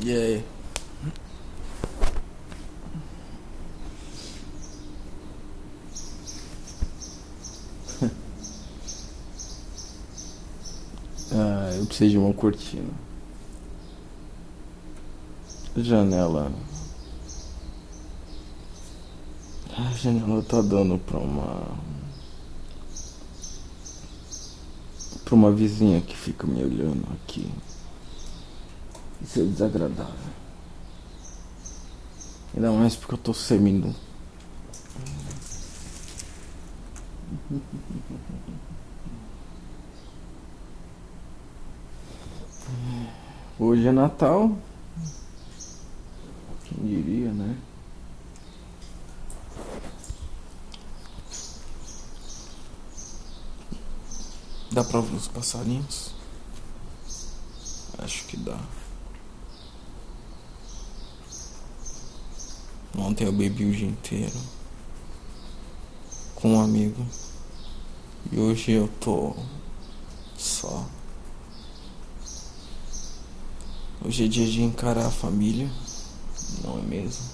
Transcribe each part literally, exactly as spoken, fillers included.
E aí? Ah, eu preciso de uma cortina. Janela. A janela tá dando pra uma. pra uma vizinha que fica me olhando aqui. Isso é desagradável. Ainda mais porque eu tô semi-nu. Hoje é Natal. Quem diria, né? Dá pra ouvir os passarinhos? Acho que dá. Ontem eu bebi o dia inteiro com um amigo. E hoje eu tô só. Hoje é dia de encarar a família, não é mesmo?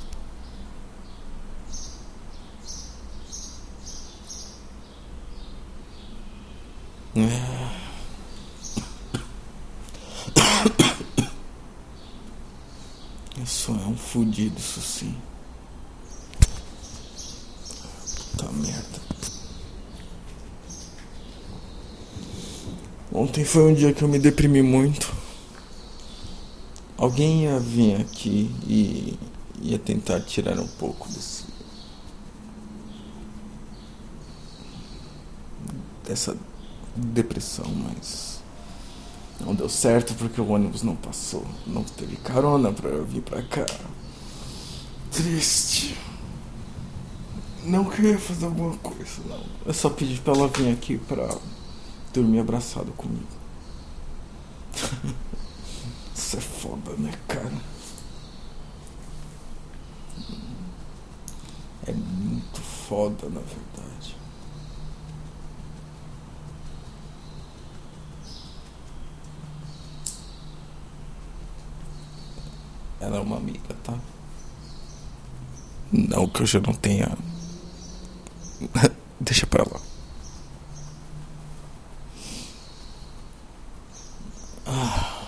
É. Isso é um fudido, isso sim. Puta merda. Ontem foi um dia que eu me deprimi muito. Alguém ia vir aqui e ia tentar tirar um pouco desse dessa depressão, mas não deu certo porque o ônibus não passou. Não teve carona pra eu vir pra cá. Triste. Não queria fazer alguma coisa, não. Eu só pedi pra ela vir aqui pra dormir abraçado comigo. Isso é foda, né, cara? É muito foda, na verdade. Ela é uma amiga, tá? Não que eu já não tenha. Deixa pra lá. Ah.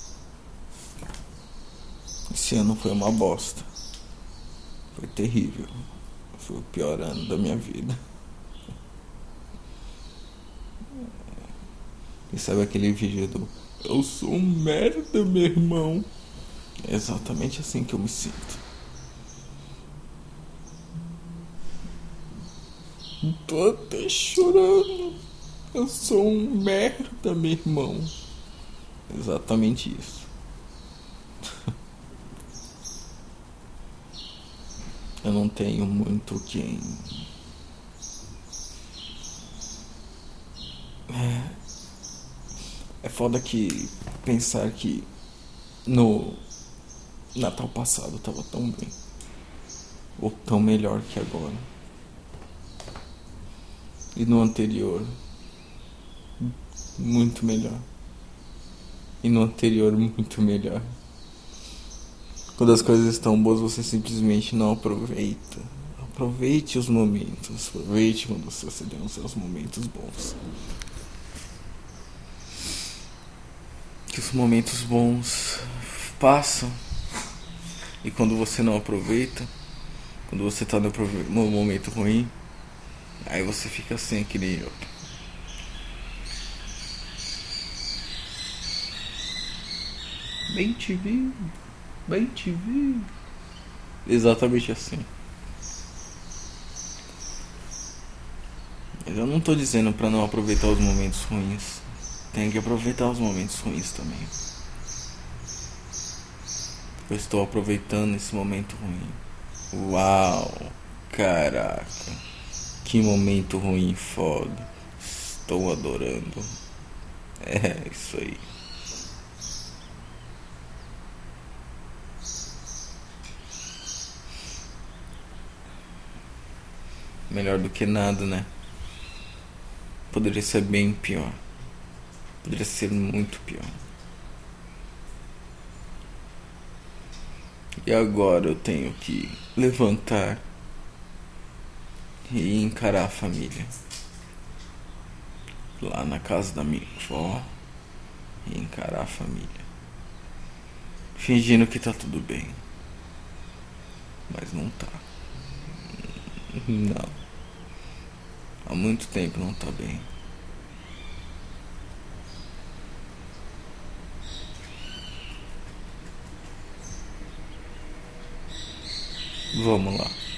Esse ano foi uma bosta. Foi terrível. Foi o pior ano da minha vida. E sabe aquele vídeo do eu sou um merda, meu irmão? É exatamente assim que eu me sinto. Tô até chorando. Eu sou um merda, meu irmão. Exatamente isso. Eu não tenho muito quem. É, é foda que pensar que no Natal passado tava tão bem. Ou tão melhor que agora. E no anterior, muito melhor. E no anterior, muito melhor. Quando as coisas estão boas, você simplesmente não aproveita. Aproveite os momentos. Aproveite quando você tem os seus momentos bons. Que os momentos bons passam. E quando você não aproveita, quando você tá no momento ruim, aí você fica assim, aquele. Bem te vi, bem te vi. Exatamente assim. Mas eu não tô dizendo pra não aproveitar os momentos ruins. Tem que aproveitar os momentos ruins também. Eu estou aproveitando esse momento ruim. Uau, caraca. Que momento ruim foda. Estou adorando. É, isso aí. Melhor do que nada, né? Poderia ser bem pior. Poderia ser muito pior. E agora eu tenho que levantar e encarar a família. Lá na casa da minha avó e encarar a família. Fingindo que tá tudo bem. Mas não tá. Não. Há muito tempo não tá bem. Vamos lá.